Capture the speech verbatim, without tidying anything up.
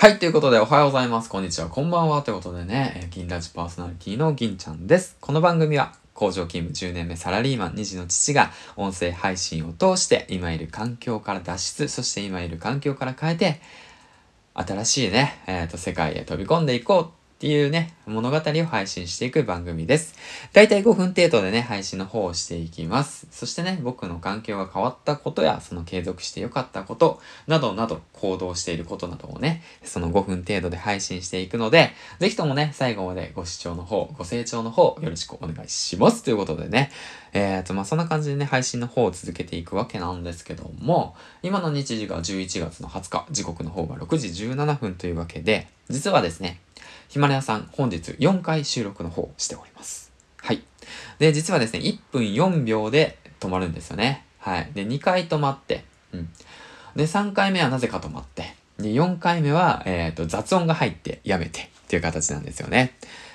はい、ということでおはようございます。こんにちは、こんばんは。ということでね、えー銀ラジパーソナリティの銀ちゃんです。この番組は工場勤務じゅうねんめサラリーマンに児の父が音声配信を通して今いる環境から脱出、そして今いる環境から変えて新しいね、えっと、世界へ飛び込んでいこうっていうね、物語を配信していく番組です。だいたいごふん程度でね、配信の方をしていきます。そしてね、僕の環境が変わったことや、その継続して良かったこと、などなど、行動していることなどをね、そのごふん程度で配信していくので、ぜひともね、最後までご視聴の方、ご清聴の方、よろしくお願いします。ということでね、えっと、まあ、そんな感じでね、配信の方を続けていくわけなんですけども、今の日時がじゅういちがつのはつか、時刻の方がろくじじゅうななふんというわけで、実はですね、ヒマラヤさん本日よんかい収録の方をしております。はい。で、実はですね、いっぷんよんびょうで止まるんですよね。はい。で、にかい止まって、うん。で、さんかいめはなぜか止まって、で、よんかいめは、えっと、雑音が入ってやめてっていう形なんですよね。